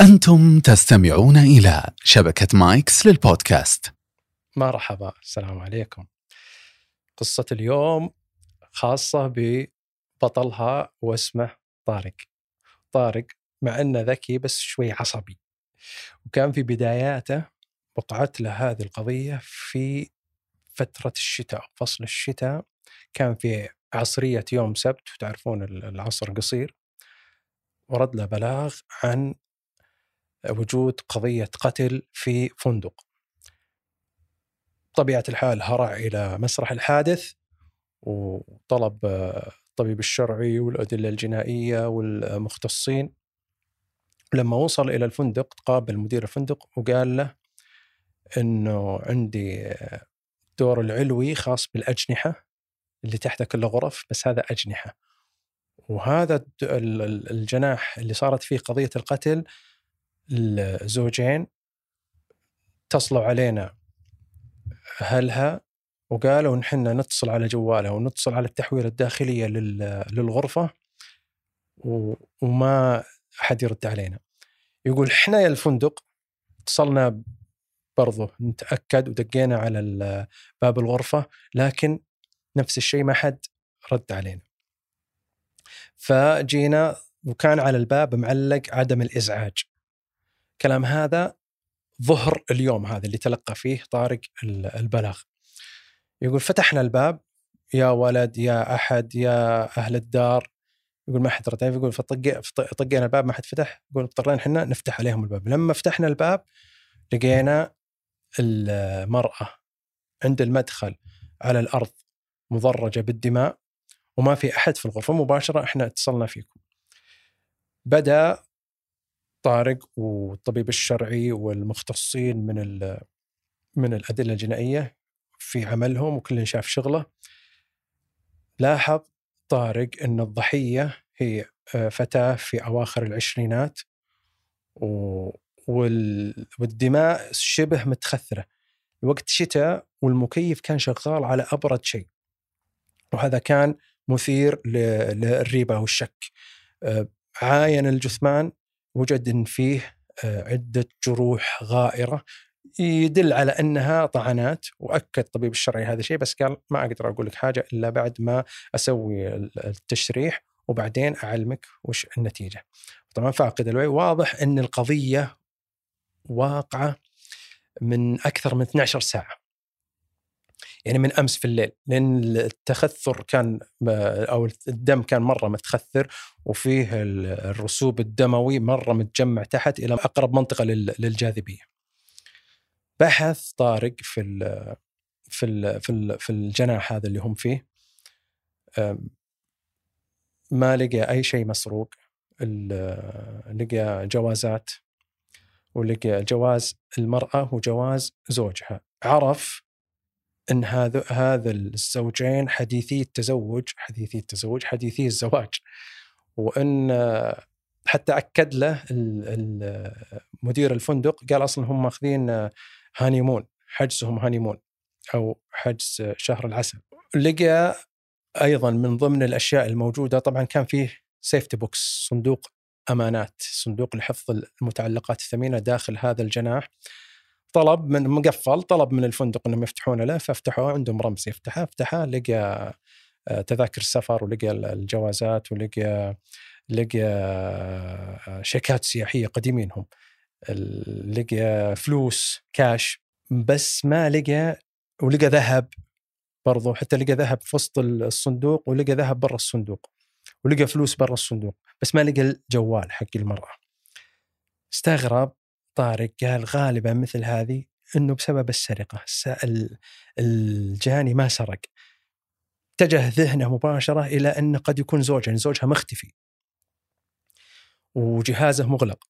أنتم تستمعون إلى شبكة مايكس للبودكاست. مرحبا، السلام عليكم. قصة اليوم خاصة ببطلها واسمه طارق مع أنه ذكي بس شوي عصبي، وكان في بداياته وقعت له هذه القضية في فترة الشتاء، فصل الشتاء. كان في عصرية يوم سبت، وتعرفون العصر قصير، ورد له بلاغ عن وجود قضية قتل في فندق. طبيعة الحال هرع إلى مسرح الحادث وطلب الطبيب الشرعي والأدلة الجنائية والمختصين. لما وصل إلى الفندق قابل مدير الفندق وقال له إنه عندي الدور العلوي خاص بالأجنحة اللي تحت كل غرف، بس هذا أجنحة، وهذا الجناح اللي صارت فيه قضية القتل الزوجين اتصلوا علينا أهلها وقالوا نحن نتصل على جوالها ونتصل على التحويلة الداخلية للغرفة وما أحد يرد علينا. يقول إحنا يا الفندق اتصلنا برضو نتأكد ودقينا على باب الغرفة، لكن نفس الشيء ما حد رد علينا. فجينا وكان على الباب معلق عدم الإزعاج. كلام هذا ظهر اليوم هذا اللي تلقى فيه طارق البلاغ. يقول فتحنا الباب، يا ولد يا أحد يا أهل الدار، يقول ما حد رد. يقول طقينا الباب ما حد فتح. يقول اضطرينا احنا نفتح عليهم الباب. لما فتحنا الباب لقينا المرأة عند المدخل على الأرض مضرجة بالدماء، وما في أحد في الغرفة. مباشرة احنا اتصلنا فيكم. بدأ طارق والطبيب الشرعي والمختصين من الأدلة الجنائية في عملهم، وكل شاف شغله. لاحظ طارق أن الضحية هي فتاة في أواخر العشرينات، والدماء شبه متخثرة. وقت شتاء والمكيف كان شغال على أبرد شيء، وهذا كان مثير للريبة والشك. عاين الجثمان وجد إن فيه عدة جروح غائرة يدل على أنها طعنات، وأكد طبيب الشرعي هذا الشيء، بس قال ما أقدر أقول لك حاجة إلا بعد ما أسوي التشريح وبعدين أعلمك وش النتيجة. طبعا فاقد الوعي. واضح أن القضية واقعة من أكثر من 12 ساعة، يعني من أمس في الليل، لأن التخثر كان أو الدم كان مرة متخثر، وفيه الرسوب الدموي مرة متجمع تحت إلى أقرب منطقة للجاذبية. بحث طارق في الجناح هذا اللي هم فيه، ما لقى أي شيء مسروق. لقى جوازات، ولقى جواز المرأة وجواز زوجها. عرف أن هذا الزوجين حديثي الزواج، وأن حتى أكد له مدير الفندق، قال أصلا هم ماخذين هانيمون، حجزهم هانيمون أو حجز شهر العسل. لقى أيضا من ضمن الأشياء الموجودة، طبعا كان فيه سيفتي بوكس، صندوق أمانات، صندوق لحفظ المتعلقات الثمينة داخل هذا الجناح. طلب من مقفل، طلب من الفندق أنهم يفتحون له، فافتحوه، عندهم رمز فتحه، لقى تذاكر السفر، ولقى الجوازات، ولقى شيكات سياحية قديمينهم، لقى فلوس كاش، بس ما لقى. ولقى ذهب برضو، حتى لقى ذهب في وسط الصندوق، ولقى ذهب برا الصندوق، ولقى فلوس برا الصندوق، بس ما لقى الجوال حق المرأة. استغرب طارق، قال غالبا مثل هذه انه بسبب السرقة، الجاني ما سرق. اتجه ذهنه مباشرة الى انه قد يكون زوجها مختفي وجهازه مغلق.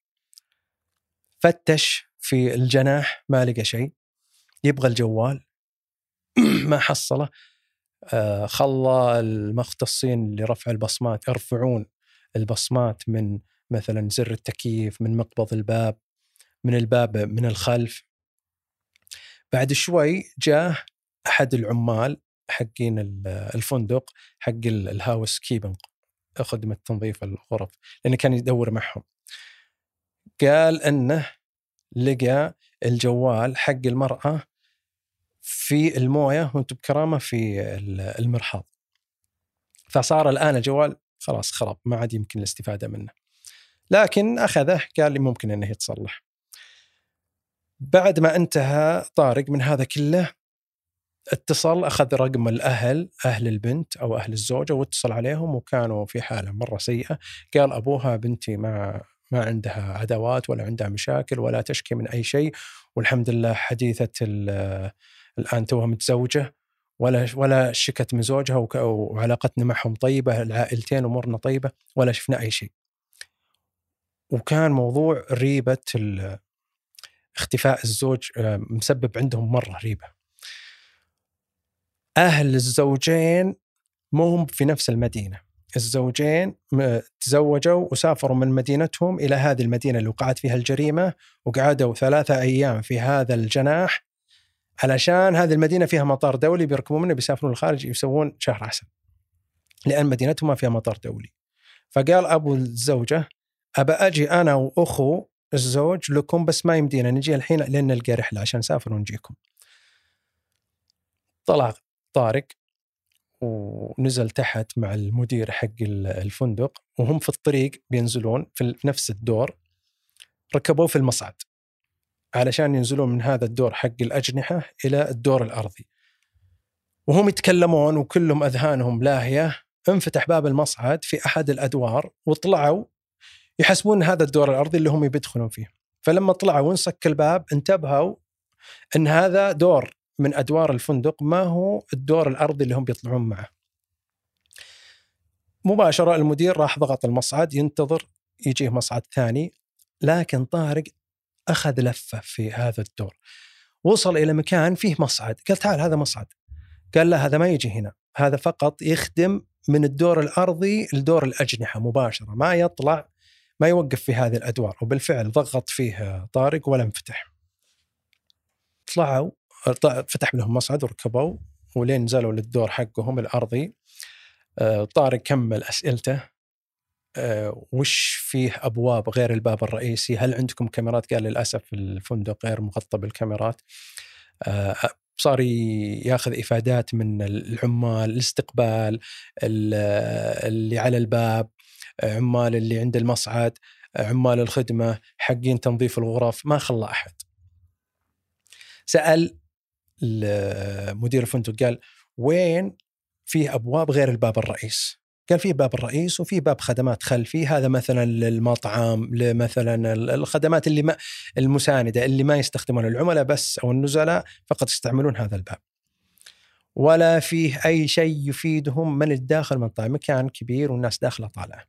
فتش في الجناح ما لقى شيء، يبغى الجوال ما حصله. خلى المختصين لرفع البصمات يرفعون البصمات من مثلا زر التكييف، من مقبض الباب، من الباب من الخلف. بعد شوي جاء أحد العمال حقين الفندق، حق الهاوس كيبنج، خدمة تنظيف الغرف، لأنه كان يدور معهم. قال أنه لقى الجوال حق المرأة في الموية وانتم بكرامة في المرحاض، فصار الآن الجوال خلاص خرب، ما عاد يمكن الاستفادة منه، لكن أخذه قال لي ممكن أنه يتصلح. بعد ما انتهى طارق من هذا كله اتصل، أخذ رقم أهل البنت أو أهل الزوجة واتصل عليهم، وكانوا في حالة مرة سيئة. قال أبوها بنتي ما عندها عداوات ولا عندها مشاكل ولا تشكي من أي شيء، والحمد لله حديثة الآن توها متزوجة ولا شكت من زوجها، وعلاقتنا معهم طيبة، العائلتين أمورنا طيبة ولا شفنا أي شيء. وكان موضوع ريبة اختفاء الزوج مسبب عندهم مرة ريبة. أهل الزوجين مهم في نفس المدينة، الزوجين تزوجوا وسافروا من مدينتهم إلى هذه المدينة اللي وقعت فيها الجريمة، وقعدوا 3 أيام في هذا الجناح، علشان هذه المدينة فيها مطار دولي بيركبوا منه بيسافرون الخارج يسوون شهر عسل، لأن مدينتهم ما فيها مطار دولي. فقال أبو الزوجة أبا أجي أنا وأخو الزوج لكم، بس ما يمدينا نجي الحين لأن نلقى رحلة عشان نسافر ونجيكم. طلع طارق ونزل تحت مع المدير حق الفندق، وهم في الطريق بينزلون في نفس الدور، ركبوا في المصعد علشان ينزلون من هذا الدور حق الأجنحة إلى الدور الأرضي، وهم يتكلمون وكلهم أذهانهم لاهية. انفتح باب المصعد في أحد الأدوار وطلعوا يحسبون هذا الدور الأرضي اللي هم يدخلون فيه، فلما طلعوا ونسك الباب انتبهوا أن هذا دور من أدوار الفندق، ما هو الدور الأرضي اللي هم بيطلعون معه. مباشرة المدير راح ضغط المصعد ينتظر يجيه مصعد ثاني، لكن طارق أخذ لفة في هذا الدور، وصل إلى مكان فيه مصعد، قال تعال هذا مصعد، قال لا هذا ما يجي هنا، هذا فقط يخدم من الدور الأرضي لدور الأجنحة مباشرة، ما يطلع ما يوقف في هذه الأدوار. وبالفعل ضغط فيه طارق ولا انفتح. طلعوا فتح لهم مصعد وركبوا ولين نزلوا للدور حقهم الأرضي. طارق كمل أسئلته، وش فيه أبواب غير الباب الرئيسي؟ هل عندكم كاميرات؟ قال للأسف الفندق غير مغطى بالكاميرات. صار ياخذ إفادات من العمال الاستقبال اللي على الباب، عمال اللي عند المصعد، عمال الخدمة حقين تنظيف الغرف، ما خلى أحد. سأل مدير الفندق قال وين فيه أبواب غير الباب الرئيس؟ قال فيه باب الرئيس وفيه باب خدمات خلفي، هذا مثلا للمطعم، مثلا الخدمات اللي المساندة اللي ما يستخدمون العملاء بس أو النزلاء، فقط يستعملون هذا الباب، ولا فيه أي شيء يفيدهم من الداخل من طالع، مكان كبير والناس داخلة طالعة.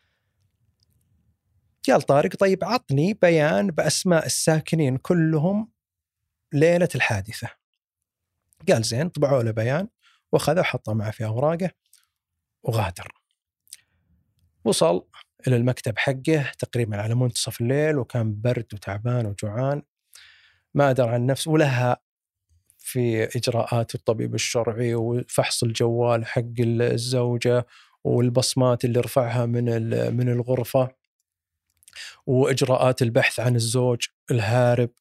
قال طارق طيب عطني بيان بأسماء الساكنين كلهم ليلة الحادثة. قال زين، طبعوا له بيان وأخذه وحطه معه في أوراقه وغادر. وصل إلى المكتب حقه تقريبا على منتصف الليل، وكان برد وتعبان وجوعان، ما أدرى عن نفسه، ولها في إجراءات الطبيب الشرعي وفحص الجوال حق الزوجة والبصمات اللي رفعها من الغرفة، وإجراءات البحث عن الزوج الهارب.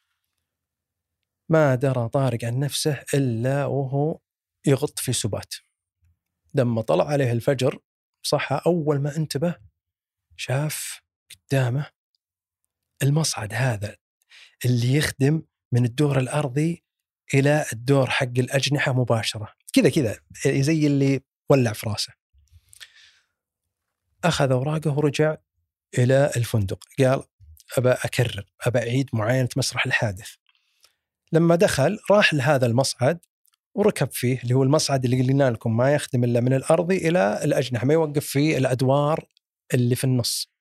ما درى طارق عن نفسه إلا وهو يغط في سبات. لما طلع عليه الفجر صحى، أول ما انتبه شاف قدامه المصعد هذا اللي يخدم من الدور الأرضي إلى الدور حق الأجنحة مباشرة، كذا زي اللي ولع في راسه. أخذ أوراقه ورجع إلى الفندق، قال أبى أكرر، أبى أعيد معاينة مسرح الحادث. لما دخل راح لهذا المصعد وركب فيه، اللي هو المصعد اللي قلنا لكم ما يخدم إلا من الأرضي إلى الأجنحة، ما يوقف في الأدوار اللي في النص.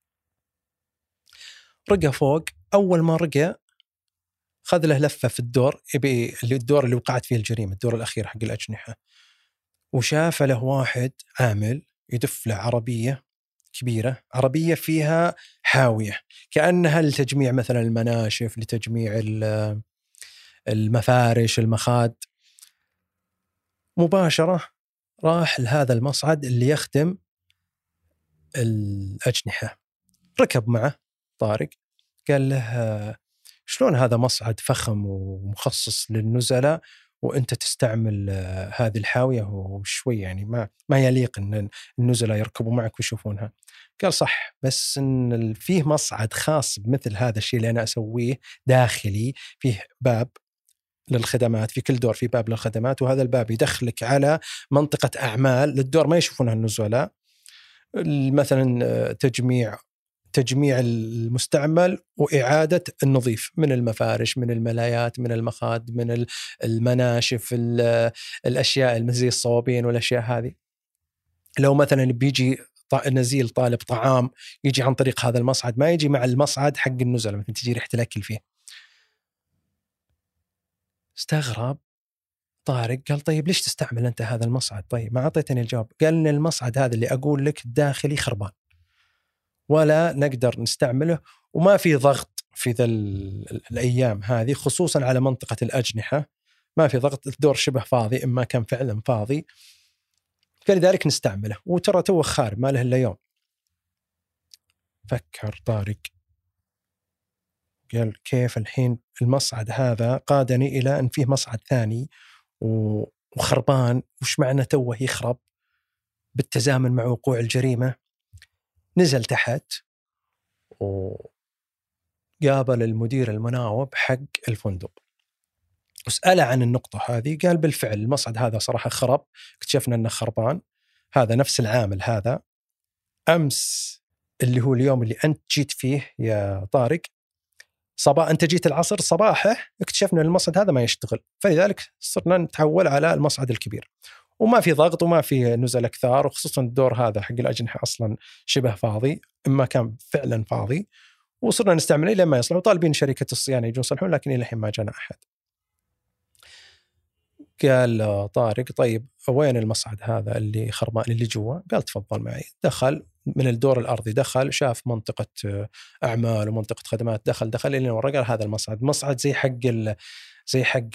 رقى فوق، أول ما رقى خذ له لفة في الدور، الدور اللي وقعت فيه الجريمة، الدور الأخير حق الأجنحة، وشاف له واحد عامل يدف له عربية كبيرة، عربية فيها حاوية كأنها لتجميع مثلا المناشف، لتجميع المفارش، المخاد. مباشرة راح لهذا المصعد اللي يخدم الأجنحة، ركب معه طارق، قال له شلون هذا مصعد فخم ومخصص للنزلاء وانت تستعمل هذه الحاويه وشوي يعني ما يليق ان النزلاء يركبوا معك ويشوفونها. قال صح، بس ان فيه مصعد خاص بمثل هذا الشيء اللي انا اسويه داخلي، فيه باب للخدمات، في كل دور في باب للخدمات، وهذا الباب يدخلك على منطقه اعمال للدور ما يشوفونها النزلاء، مثلا تجميع المستعمل وإعادة النظيف من المفارش، من الملايات، من المخاد، من المناشف، الأشياء زي الصوابين والأشياء هذه. لو مثلا بيجي نزيل طالب طعام يجي عن طريق هذا المصعد، ما يجي مع المصعد حق النزلاء مثلا تجي ريحة الأكل فيه. استغرب طارق، قال طيب ليش تستعمل أنت هذا المصعد؟ طيب ما أعطيتني الجواب. قال إن المصعد هذا اللي أقول لك داخلي خربان ولا نقدر نستعمله، وما في ضغط في ذا الأيام هذه خصوصا على منطقة الأجنحة، ما في ضغط، الدور شبه فاضي إما كان فعلا فاضي، فلذلك نستعمله، وترى توه خارب ما له إلا يوم. فكر طارق، قال كيف الحين المصعد هذا قادني إلى أن فيه مصعد ثاني وخربان، وش معنى توه يخرب بالتزامن مع وقوع الجريمة؟ نزل تحت وقابل المدير المناوب حق الفندق وسأله عن النقطة هذه. قال بالفعل المصعد هذا صراحة خرب، اكتشفنا أنه خربان، هذا نفس العامل هذا أمس اللي هو اليوم اللي أنت جيت فيه يا طارق، أنت جيت العصر صباحه اكتشفنا أن المصعد هذا ما يشتغل، فلذلك صرنا نتحول على المصعد الكبير، وما في ضغط وما في نزل أكثر، وخصوصا الدور هذا حق الأجنحة أصلا شبه فاضي إما كان فعلا فاضي، وصرنا نستعمله لما يصلح، وطالبين شركة الصيانة يجون يصلحون لكن إلى الحين ما جانا أحد. قال طارق طيب وين المصعد هذا اللي خربان اللي جوا؟ قال تفضل معي. دخل من الدور الأرضي، دخل شاف منطقة أعمال ومنطقة خدمات، دخل إلى ورا، قال هذا المصعد مصعد زي حق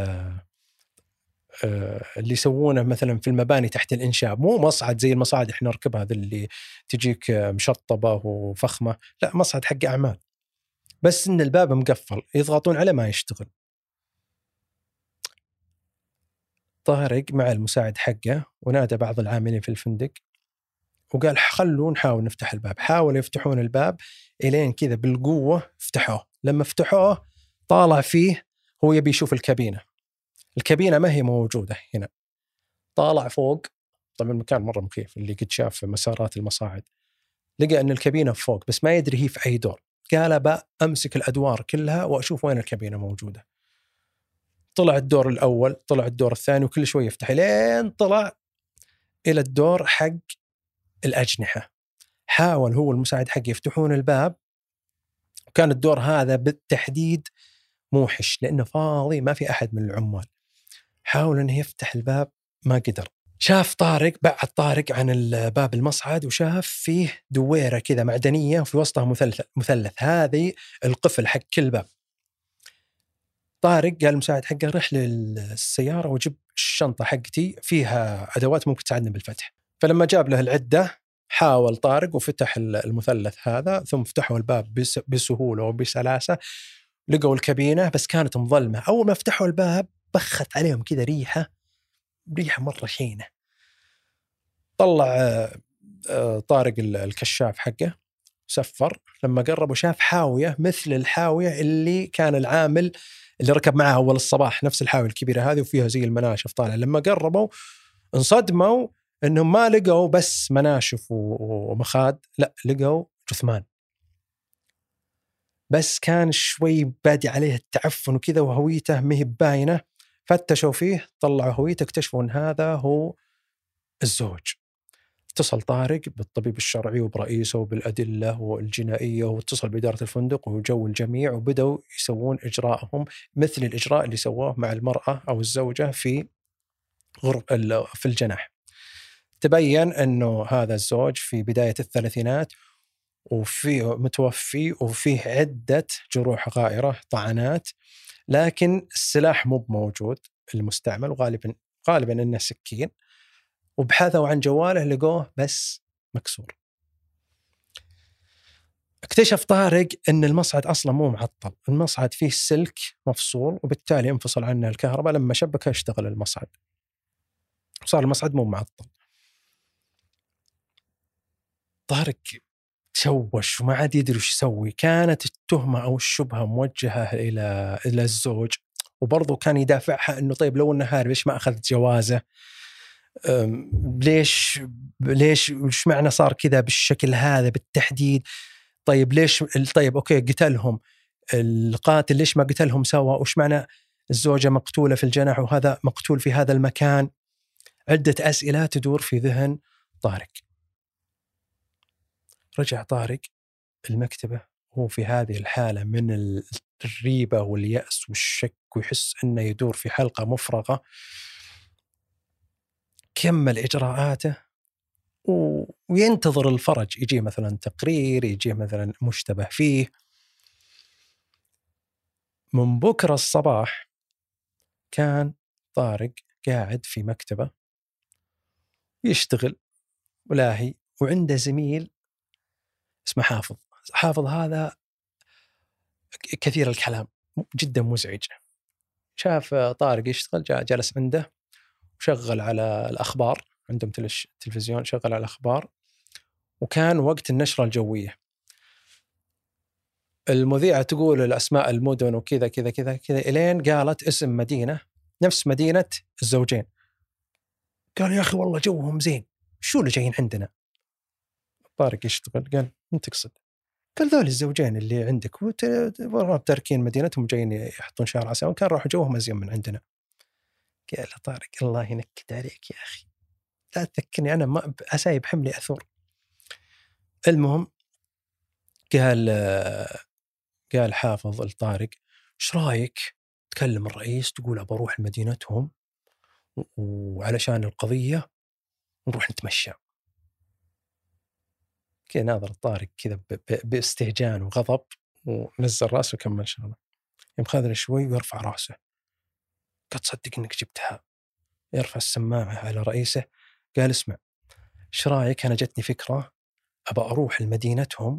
اللي يسوونه مثلا في المباني تحت الإنشاء، مو مصعد زي المصاعد احنا نركبها هذا اللي تجيك مشطبة وفخمة، لا مصعد حق أعمال، بس إن الباب مقفل يضغطون عليه ما يشتغل. طارق مع المساعد حقه ونادى بعض العاملين في الفندق وقال خلوا نحاول نفتح الباب. حاولوا يفتحون الباب إلين كذا بالقوة فتحوه. لما فتحوه طالع فيه، هو يبي يشوف الكابينة ما هي موجودة هنا، طالع فوق، طبعا المكان مرة مخيف اللي قد شاف في مسارات المصاعد، لقى أن الكابينة فوق بس ما يدري هي في أي دور. قال بقى أمسك الأدوار كلها وأشوف وين الكابينة موجودة. طلع الدور الأول، طلع الدور الثاني، وكل شوي يفتح لين طلع إلى الدور حق الأجنحة. حاول هو المساعد حقه يفتحون الباب، وكان الدور هذا بالتحديد موحش لأنه فاضي ما في أحد من العمال. حاول أنه يفتح الباب ما قدر. شاف طارق، بعد طارق عن الباب المصعد وشاف فيه دويرة كذا معدنية وفي وسطها مثلث، هذه القفل حق كل باب. طارق قال المساعد حقه رح للسيارة وجيب الشنطة حقتي فيها أدوات ممكن تساعدنا بالفتح. فلما جاب له العدة حاول طارق وفتح المثلث هذا، ثم فتحوا الباب بسهولة وبسلاسة. لقوا الكابينة بس كانت مظلمة. أول ما فتحوا الباب بخت عليهم كذا ريحة مرة شينة. طلع طارق الكشاف حقه سفر. لما قرب وشاف حاوية مثل الحاوية اللي كان العامل اللي ركب معها أول الصباح، نفس الحاوية الكبيرة هذه وفيها زي المناشف طالع. لما قربوا انصدموا أنهم ما لقوا بس مناشف ومخاد، لا لقوا جثمان، بس كان شوي بادي عليه التعفن وكذا وهويته ما هي باينة. فتشوا فيه، طلعوا هويته، اكتشفوا أن هذا هو الزوج. اتصل طارق بالطبيب الشرعي وبرئيسه وبالأدلة والجنائية، واتصل بإدارة الفندق وجو الجميع، وبدأوا يسوون إجراءهم مثل الإجراء اللي سووه مع المرأة أو الزوجة في الجناح. تبين أنه هذا الزوج في بداية الثلاثينات وفيه متوفي وفيه عدة جروح غائرة، طعنات، لكن السلاح مو موجود المستعمل، وغالبا إنه سكين. وبحثوا عن جواله لقوه بس مكسور. اكتشف طارق أن المصعد أصلا مو معطل، المصعد فيه سلك مفصول وبالتالي انفصل عنه الكهرباء، لما شبكه اشتغل المصعد، صار المصعد مو معطل. طارق تشوش وما عاد يدري وش يسوي. كانت التهمة أو الشبهة موجهة إلى الزوج، وبرضه كان يدافعها أنه طيب لو أنه هارب ليش ما أخذ جوازه؟ ليش وش معنى صار كذا بالشكل هذا بالتحديد؟ طيب ليش؟ طيب أوكي قتلهم، القاتل ليش ما قتلهم سوا؟ وش معنى الزوجة مقتولة في الجناح وهذا مقتول في هذا المكان؟ عدة أسئلة تدور في ذهن طارق. رجع طارق المكتبة وهو في هذه الحالة من الريبة واليأس والشك، ويحس أنه يدور في حلقة مفرغة. كمل إجراءاته وينتظر الفرج، يجي مثلا تقرير، يجي مثلا مشتبه فيه. من بكرة الصباح كان طارق قاعد في مكتبة يشتغل ولاهي، وعنده زميل اسمه حافظ. حافظ هذا كثير الكلام، جدا مزعج. شاف طارق يشتغل، جاء جلس عنده وشغل على الأخبار، عندهم تلفزيون، شغل على الأخبار. وكان وقت النشرة الجوية، المذيعة تقول الأسماء المدن وكذا كذا كذا كذا، إلين قالت اسم مدينة نفس مدينة الزوجين. قال يا أخي والله جوهم زين، شو اللي جايين عندنا؟ طارق يشتغل، قال من تقصد؟ قال ذول الزوجين اللي عندك تاركين مدينتهم جايين يحطون شعر عسل، كان راحوا جوهم أزين من عندنا. قال طارق الله ينكد عليك يا أخي، لا تذكرني أنا ما أسايب حملي أثور. المهم قال حافظ لطارق ايش رايك تكلم الرئيس تقول ابى اروح لمدينتهم وعلشان القضيه نروح نتمشى. كذا ناظر طارق كذا باستهجان وغضب، ونزل راسه وكمل شغله. يوم خذ شوي ويرفع راسه، قد تصدق انك جبتها. يرفع السماعه على رئيسه، قال اسمع ايش رايك انا جتني فكره، ابى اروح لمدينتهم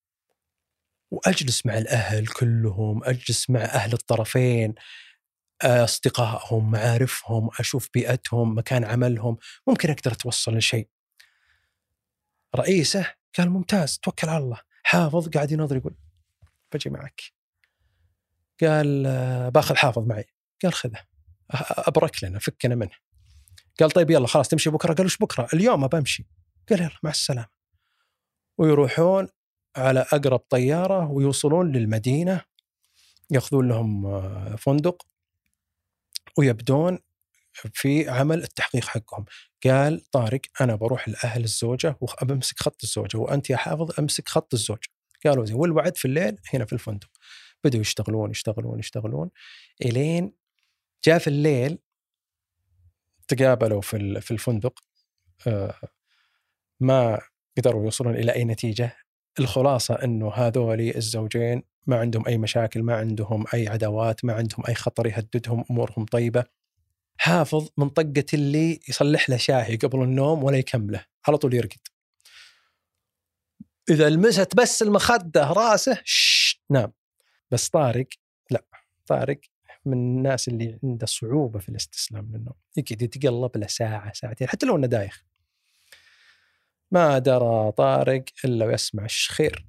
وأجلس مع الأهل كلهم، أجلس مع أهل الطرفين، أصدقائهم، معارفهم، أشوف بيئتهم، مكان عملهم، ممكن أقدر أتوصل لشيء. رئيسه قال ممتاز، توكل على الله. حافظ قاعد ينظر يقول بجي معك. قال باخذ حافظ معي. قال خذه، أبرك لنا، فكنا منه. قال طيب يلا خلاص تمشي بكرة؟ قال وش بكرة؟ اليوم بمشي. قال يلا مع السلامة. ويروحون على أقرب طيارة ويوصلون للمدينة، يأخذون لهم فندق ويبدون في عمل التحقيق حقهم. قال طارق أنا بروح لأهل الزوجة وأمسك خط الزوجة، وأنت يا حافظ أمسك خط الزوج. قالوا زي، والوعد في الليل هنا في الفندق. بدوا يشتغلون يشتغلون يشتغلون إلين جاء في الليل، تقابلوا في الفندق. ما قدروا يوصلون إلى أي نتيجة. الخلاصة أنه هذول الزوجين ما عندهم أي مشاكل، ما عندهم أي عداوات، ما عندهم أي خطر يهددهم، أمورهم طيبة. حافظ من طقة اللي يصلح له شاهي قبل النوم ولا يكمله، على طول يرقد. إذا لمست بس المخدة راسه نام. بس طارق لا، طارق من الناس اللي عنده صعوبة في الاستسلام للنوم، يقعد يتقلب له ساعة ساعتين حتى لو انه دايخ. ما درى طارق إلا ويسمع الشخير.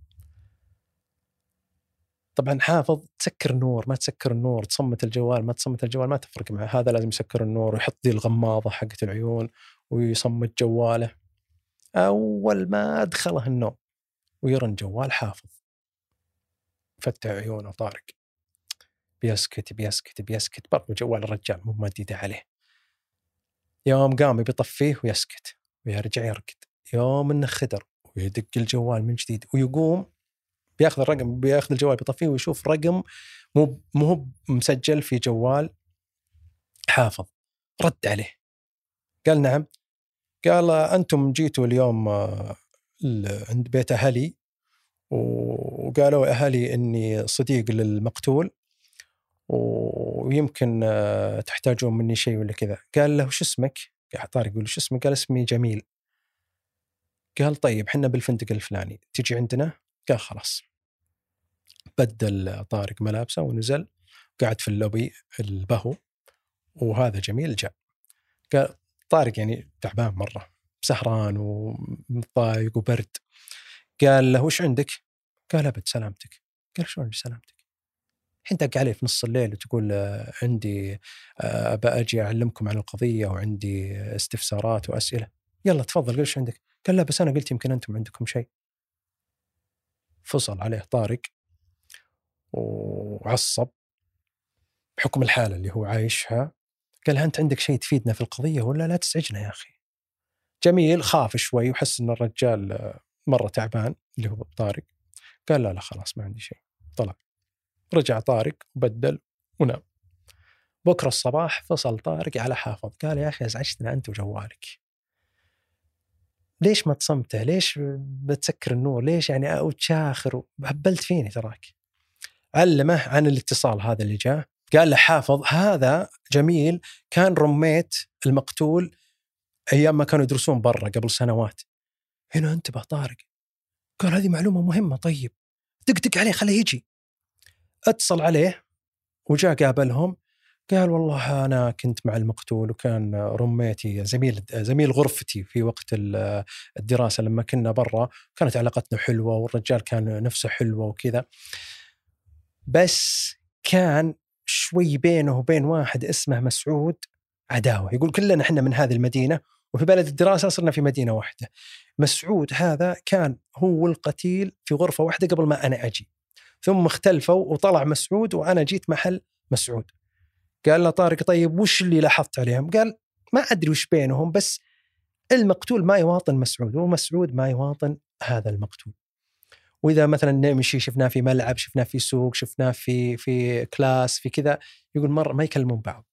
طبعا حافظ تسكر النور ما تسكر النور، تصمت الجوال ما تصمت الجوال ما تفرق معه، هذا لازم يسكر النور ويحط ذي الغماضة حقت العيون ويصمت جواله. أول ما أدخله النوم ويرن جوال حافظ، فتح عيونه طارق، بيسكت بيسكت بيسكت، برضو جوال الرجال مو مديده عليه. يوم قام بيطفيه ويسكت ويرجع يركض، يوم انه خدر ويدق الجوال من جديد، ويقوم بياخذ الرقم، بياخذ الجوال بيطفيه ويشوف رقم مو مسجل في جوال حافظ. رد عليه قال نعم. قال أنتم جيتوا اليوم عند بيت أهلي وقالوا أهلي أني صديق للمقتول ويمكن تحتاجون مني شيء ولا كذا. قال له وش اسمك؟ طارق يقول وش اسمك؟ قال اسمي جميل. قال طيب حنا بالفندق الفلاني، تيجي عندنا قال خلاص. بدل طارق ملابسه ونزل، قاعد في اللوبي البهو، وهذا جميل جاء. قال طارق يعني تعبان مرة، سهران ومضايق وبرد. قال له وش عندك؟ قال أبد سلامتك. قال شلون سلامتك؟ الحين دق عليه في نص الليل وتقول عندي أجي أعلمكم عن القضية وعندي استفسارات وأسئلة. يلا تفضل قل وش عندك؟ قال لا بس أنا قلت يمكن أنتم عندكم شيء. فصل عليه طارق وعصب بحكم الحالة اللي هو عايشها. قال أنت عندك شيء تفيدنا في القضية ولا لا تزعجنا يا أخي؟ جميل خاف شوي وحس أن الرجال مرة تعبان اللي هو طارق. قال لا خلاص ما عندي شيء. طلع، رجع طارق وبدل ونام. بكرة الصباح فصل طارق على حافظ، قال يا أخي أزعجتنا أنت وجوالك، ليش ما تصمته؟ ليش بتسكر النور؟ ليش يعني وتشاخر وهبلت فيني تراك؟ علمه عن الاتصال هذا اللي جاء. قال له حافظ هذا جميل كان رميت المقتول أيام ما كانوا يدرسون برا قبل سنوات. هنا انتبه طارق، قال هذه معلومة مهمة. طيب دق عليه خليه يجي. اتصل عليه وجاء قابلهم. قال والله أنا كنت مع المقتول وكان رميتي زميل غرفتي في وقت الدراسة لما كنا برا، كانت علاقتنا حلوة والرجال كان نفسه حلوة وكذا، بس كان شوي بينه وبين واحد اسمه مسعود عداوة. يقول كلنا احنا من هذه المدينة وفي بلد الدراسة صرنا في مدينة واحدة. مسعود هذا كان هو القتيل في غرفة واحدة قبل ما أنا أجي، ثم اختلفوا وطلع مسعود وأنا جيت محل مسعود. قال له طارق طيب وش اللي لاحظت عليهم؟ قال ما أدري وش بينهم، بس المقتول ما يواطن مسعود ومسعود ما يواطن هذا المقتول. وإذا مثلا نمشي شفناه في ملعب، شفناه في سوق، شفناه في كلاس في كذا، يقول مرة ما يكلمون بعض.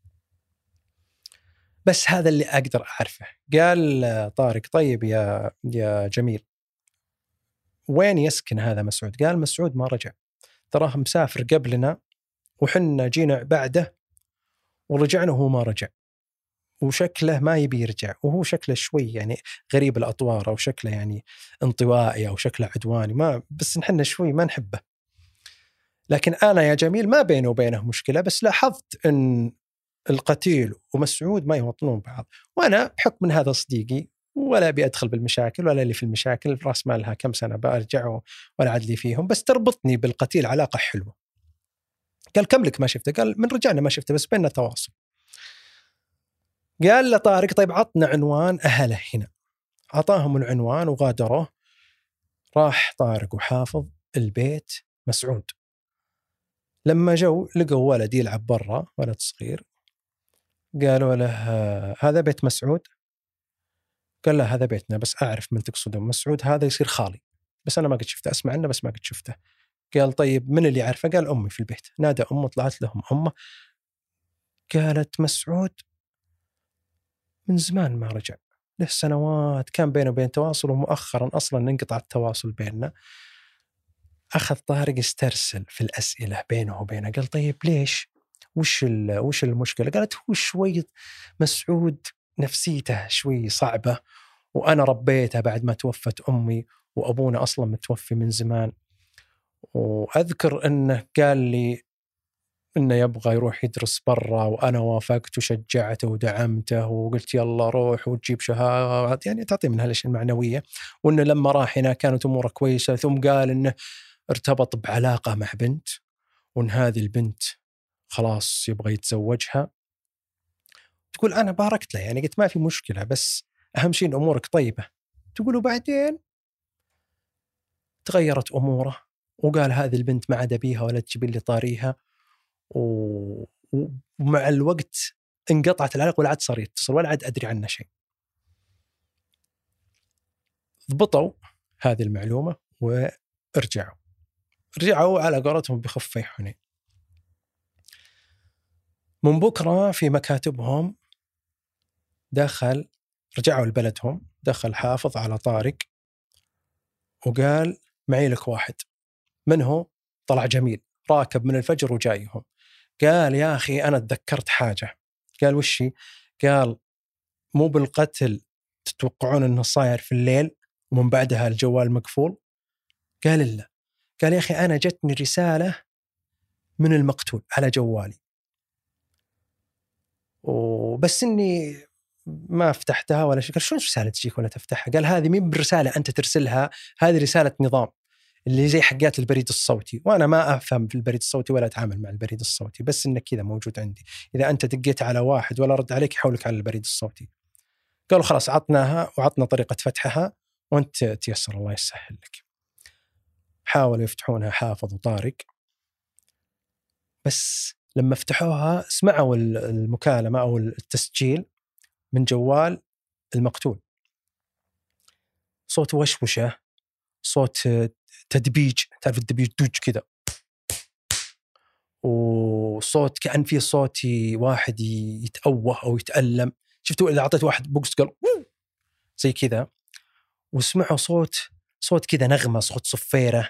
بس هذا اللي أقدر أعرفه. قال طارق طيب يا جميل وين يسكن هذا مسعود؟ قال مسعود ما رجع، تراه مسافر قبلنا وحنا جينا بعده ورجعنا وهو ما رجع، وشكله ما يبي يرجع، وهو شكله شوي يعني غريب الأطوار أو شكله يعني انطوائي أو شكله عدواني، ما بس نحن شوي ما نحبه. لكن أنا يا جميل ما بينه وبينه مشكلة، بس لاحظت أن القتيل ومسعود ما يوطنون بعض، وأنا بحكم من هذا صديقي ولا بيدخل بالمشاكل ولا اللي في المشاكل راس مالها كم سنة برجع ولا عدلي فيهم، بس تربطني بالقتيل علاقة حلوة. قال كم لك ما شفته؟ قال من رجعنا ما شفته بس بيننا تواصل. قال له طارق طيب عطنا عنوان أهله هنا. عطاهم العنوان وغادروه. راح طارق وحافظ البيت مسعود. لما جو لقوا ولد يلعب برا، ولد صغير. قالوا له هذا بيت مسعود؟ قال له هذا بيتنا بس أعرف من تقصدون، مسعود هذا يصير خالي بس أنا ما قد شفته، أسمع عنه بس ما قد شفته. قال طيب من اللي عارفه؟ قال أمي في البيت. نادى أمه، طلعت لهم أمه. قالت مسعود من زمان ما رجع، له سنوات كان بينه وبين تواصل، ومؤخرا أصلا انقطع التواصل بيننا. أخذ طارق يسترسل في الأسئلة بينه وبينه. قال طيب ليش؟ وش المشكلة؟ قالت هو شوي مسعود نفسيته شوي صعبة، وأنا ربيته بعد ما توفت أمي وأبونا أصلا متوفي من زمان، وأذكر أنه قال لي إنه يبغى يروح يدرس برا، وأنا وافقت وشجعته ودعمته وقلت يلا روح وتجيب شهادة، يعني تعطي من هالأشياء المعنوية. وإنه لما راح هنا كانت أموره كويسة، ثم قال إنه ارتبط بعلاقة مع بنت، وإن هذه البنت خلاص يبغى يتزوجها. تقول أنا باركت له، يعني قلت ما في مشكلة بس أهم شيء إن أمورك طيبة. تقول وبعدين تغيرت أموره، وقال هذه البنت ما عاد أبيها ولا تجيب لي طاريها، ومع الوقت انقطعت العلاقة ولا عاد صار يتصل ولا عاد أدري عنه شيء. ضبطوا هذه المعلومة رجعوا على قولتهم بخفي حنين. من بكرة في مكاتبهم رجعوا لبلدهم، دخل حافظ على طارق وقال معي لك واحد. من هو؟ طلع جميل راكب من الفجر وجايهم. قال يا أخي أنا تذكرت حاجة. قال وشي؟ قال مو بالقتل تتوقعون أنه صاير في الليل ومن بعدها الجوال مقفول؟ قال لا. قال يا أخي أنا جتني رسالة من المقتول على جوالي وبس إني ما فتحتها ولا شيء. قال شلون رسالة تجيك ولا تفتحها؟ قال هذه مين برسالة أنت ترسلها، هذه رسالة نظام اللي زي حقات البريد الصوتي، وأنا ما أفهم في البريد الصوتي ولا أتعامل مع البريد الصوتي، بس إنك كذا موجود عندي، إذا أنت دقيت على واحد ولا رد عليك يحولك على البريد الصوتي. قالوا خلاص عطناها وعطنا طريقة فتحها وأنت تيسر الله يسهل لك. حاولوا يفتحونها حافظ وطارق، بس لما فتحوها سمعوا المكالمة أو التسجيل من جوال المقتول، صوت وشوشة، صوت تدبيج، تعرف الدبيج دوج كذا، وصوت كأن فيه صوت واحد يتأوه أو يتألم. شفتوا إذا أعطيت واحد بوكس قال زي كذا، وسمعوا صوت كذا نغمة، صوت صفيرة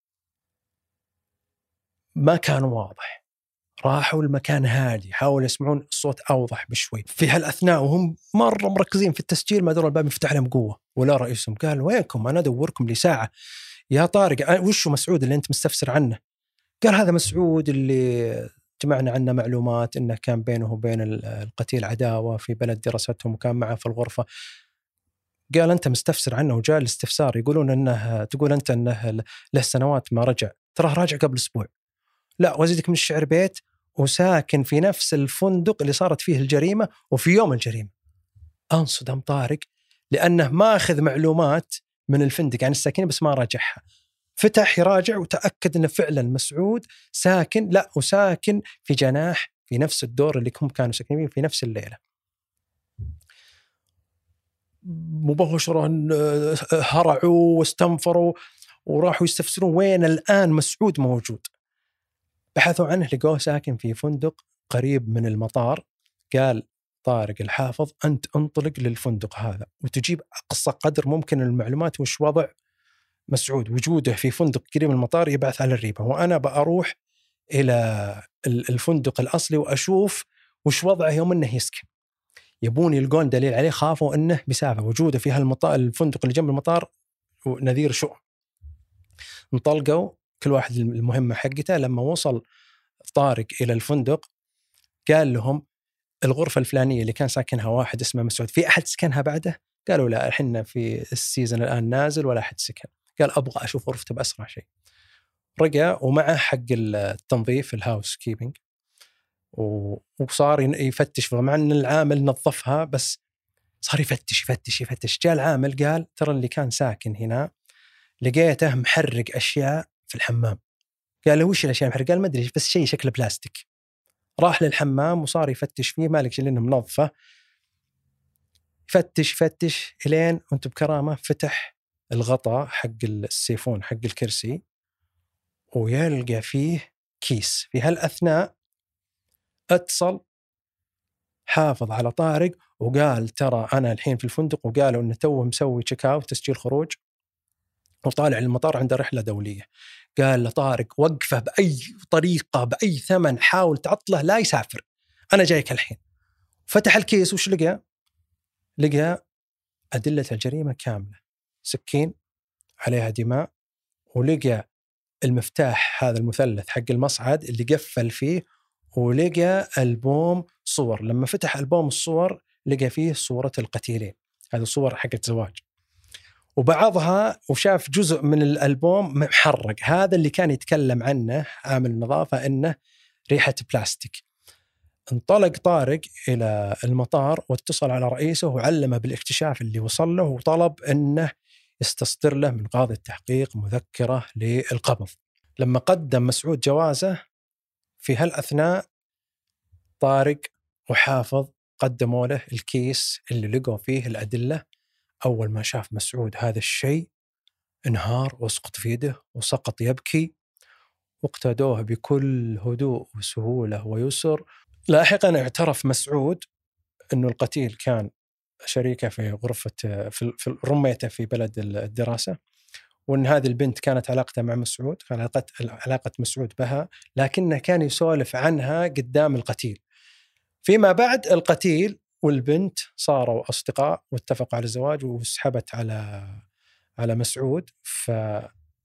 ما كان واضح. راحوا المكان هادي، حاولوا يسمعون الصوت أوضح بشوي. في هالأثناء وهم مرة مركزين في التسجيل ما دروا الباب يفتح لهم قوة، ولا رئيسهم قال وينكم؟ أنا أدوركم لي ساعة يا طارق. وشو مسعود اللي أنت مستفسر عنه؟ قال هذا مسعود اللي جمعنا عنه معلومات إنه كان بينه وبين القتيل عداوة في بلد دراستهم وكان معه في الغرفة. قال أنت مستفسر عنه وجاء الاستفسار يقولون أنه، تقول أنت أنه له سنوات ما رجع، تراه راجع قبل أسبوع. لا وزيدك من الشعر بيت وساكن في نفس الفندق اللي صارت فيه الجريمة وفي يوم الجريمة. انصدم طارق لأنه ما أخذ معلومات من الفندق عن الساكنين بس ما راجعها، فتح يراجع وتأكد أنه فعلا مسعود ساكن، لا وساكن في جناح في نفس الدور اللي هم كانوا ساكنين في نفس الليلة. مباشرة هرعوا واستنفروا وراحوا يستفسرون وين الآن مسعود موجود. بحثوا عنه لقوه ساكن في فندق قريب من المطار. قال طارق الحافظ أنت انطلق للفندق هذا وتجيب أقصى قدر ممكن من المعلومات وش وضع مسعود، وجوده في فندق قريب من المطار يبعث على الريبة، وأنا بأروح إلى الفندق الأصلي وأشوف وش وضعه يوم أنه يسكن. يبون يلقون دليل عليه، خافوا أنه بسبب وجوده في الفندق اللي جنب المطار نذير شؤم. انطلقوا كل واحد المهمة حقته. لما وصل طارق إلى الفندق قال لهم الغرفة الفلانية اللي كان ساكنها واحد اسمه مسعود في أحد سكنها بعده؟ قالوا لا، إحنا في السيزن الآن نازل ولا أحد سكن. قال أبغى أشوف غرفته بأسرع شيء. رجع ومعه حق التنظيف الهاوس كيبينج وصار يفتش، مع أن العامل نظفها بس صار يفتش. جاء العامل قال ترى اللي كان ساكن هنا لقيته محرق أشياء في الحمام. قال له وش الأشياء محرق؟ قال ما أدري بس شيء شكله بلاستيك. راح للحمام وصار يفتش فيه، مالك شيء لأنه منظفة. يفتش إلين وانت بكرامة فتح الغطاء حق السيفون حق الكرسي ويلقى فيه كيس. في هالأثناء اتصل حافظ على طارق وقال ترى أنا الحين في الفندق، وقالوا أنه توه مسوي تشيك أوت تسجيل خروج وطالع المطار عنده رحلة دولية. قال لطارق وقفه بأي طريقة بأي ثمن، حاول تعطله لا يسافر، أنا جايك الحين. فتح الكيس وش لقى أدلة الجريمة كاملة، سكين عليها دماء، ولقى المفتاح هذا المثلث حق المصعد اللي قفل فيه، ولقى ألبوم صور. لما فتح ألبوم الصور لقى فيه صورة القتيلين، هذه صور حقت زواج، وبعضها وشاف جزء من الألبوم محرق، هذا اللي كان يتكلم عنه عامل النظافة إنه ريحة بلاستيك. انطلق طارق إلى المطار واتصل على رئيسه وعلمه بالاكتشاف اللي وصل له، وطلب أنه يستصدر له من قاضي التحقيق مذكرة للقبض. لما قدم مسعود جوازه في هالأثناء طارق وحافظ قدموا له الكيس اللي لقوا فيه الأدلة. أول ما شاف مسعود هذا الشيء انهار وسقط في يده وسقط يبكي، واقتادوه بكل هدوء وسهولة ويسر. لاحقا اعترف مسعود أنه القتيل كان شريكه في غرفة في رميته في بلد الدراسة، وأن هذه البنت كانت علاقته مع مسعود، علاقة مسعود بها، لكنه كان يسولف عنها قدام القتيل. فيما بعد القتيل والبنت صاروا أصدقاء واتفقوا على الزواج، وسحبت على مسعود.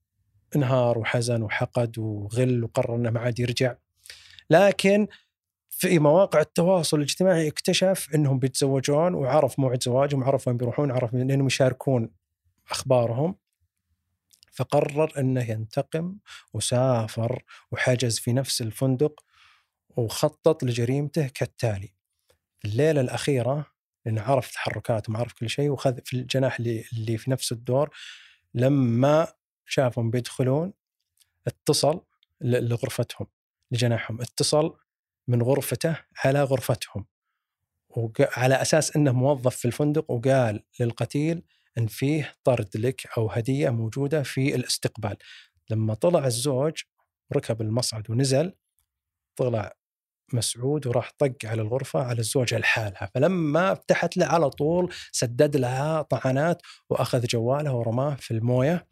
انهار وحزن وحقد وغل وقرر أنه ما عاد يرجع. لكن في مواقع التواصل الاجتماعي اكتشف أنهم بيتزوجون، وعرف موعد زواجهم، عرف وين بيروحون، عرف أنهم يشاركون أخبارهم. فقرر أنه ينتقم وسافر وحجز في نفس الفندق وخطط لجريمته كالتالي. في الليلة الأخيرة، لأنه عرف تحركاتهم وعرف كل شيء، وخذ في الجناح اللي في نفس الدور. لما شافهم بيدخلون اتصل لغرفتهم لجناحهم، اتصل من غرفته على غرفتهم على أساس أنه موظف في الفندق، وقال للقتيل أن فيه طرد لك أو هدية موجودة في الاستقبال. لما طلع الزوج وركب المصعد ونزل، طلع مسعود وراح طق على الغرفة على الزوجة لحالها. فلما فتحت له على طول سدد لها طعنات وأخذ جواله ورماه في الموية.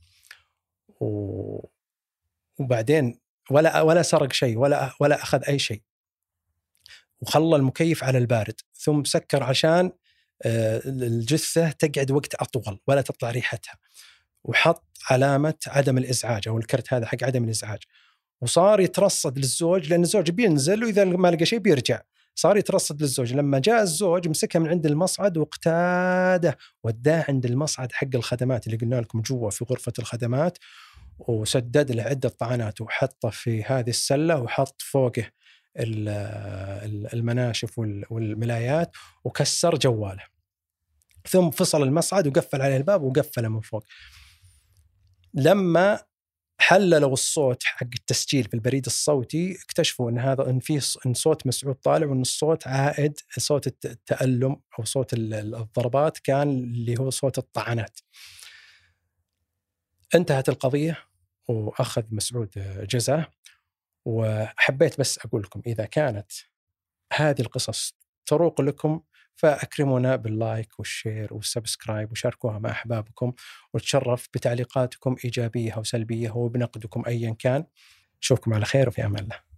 وبعدين ولا سرق شيء ولا أخذ أي شيء، وخلى المكيف على البارد، ثم سكر عشان الجثة تقعد وقت أطول ولا تطلع ريحتها، وحط علامة عدم الإزعاج أو الكرت هذا حق عدم الإزعاج. وصار يترصد للزوج، لأن الزوج بينزل وإذا ما لقى شيء بيرجع. صار يترصد للزوج. لما جاء الزوج مسكه من عند المصعد واقتاده وداه عند المصعد حق الخدمات اللي قلنا لكم جوا في غرفة الخدمات، وسدد له عدة طعنات وحطه في هذه السلة، وحط فوقه المناشف والملايات، وكسر جواله. ثم فصل المصعد وقفل عليه الباب وقفله من فوق. لما حللوا الصوت حق التسجيل في البريد الصوتي، اكتشفوا ان صوت مسعود طالع، وان الصوت عائد، صوت التألم او صوت الضربات كان اللي هو صوت الطعنات. انتهت القضية واخذ مسعود جزاء. وحبيت بس اقول لكم، اذا كانت هذه القصص تروق لكم فأكرمونا باللايك والشير والسبسكرايب، وشاركوها مع أحبابكم، وتشرف بتعليقاتكم إيجابية أو سلبية وبنقدكم أيا كان. أشوفكم على خير وفي أمان الله.